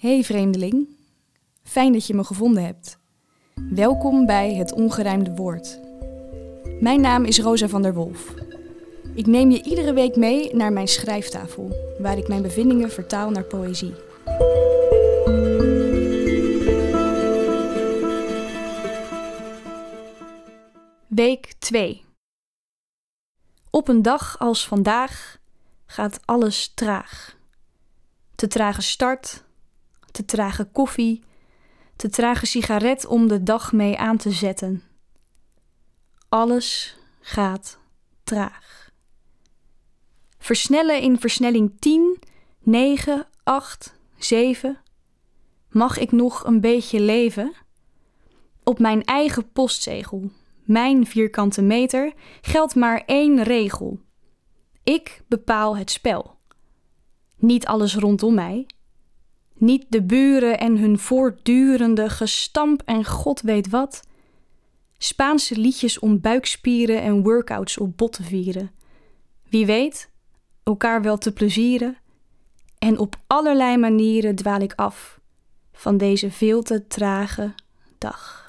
Hey vreemdeling, fijn dat je me gevonden hebt. Welkom bij Het Ongerijmde Woord. Mijn naam is Rosa van der Wolf. Ik neem je iedere week mee naar mijn schrijftafel, waar ik mijn bevindingen vertaal naar poëzie. Week 2. Op een dag als vandaag gaat alles traag. Te trage start, te trage koffie, te trage sigaret om de dag mee aan te zetten. Alles gaat traag. Versnellen in versnelling 10, 9, 8, 7. Mag ik nog een beetje leven? Op mijn eigen postzegel, mijn vierkante meter, geldt maar één regel. Ik bepaal het spel. Niet alles rondom mij. Niet de buren en hun voortdurende gestamp en god weet wat. Spaanse liedjes om buikspieren en workouts op botten vieren. Wie weet, elkaar wel te plezieren. En op allerlei manieren dwaal ik af van deze veel te trage dag.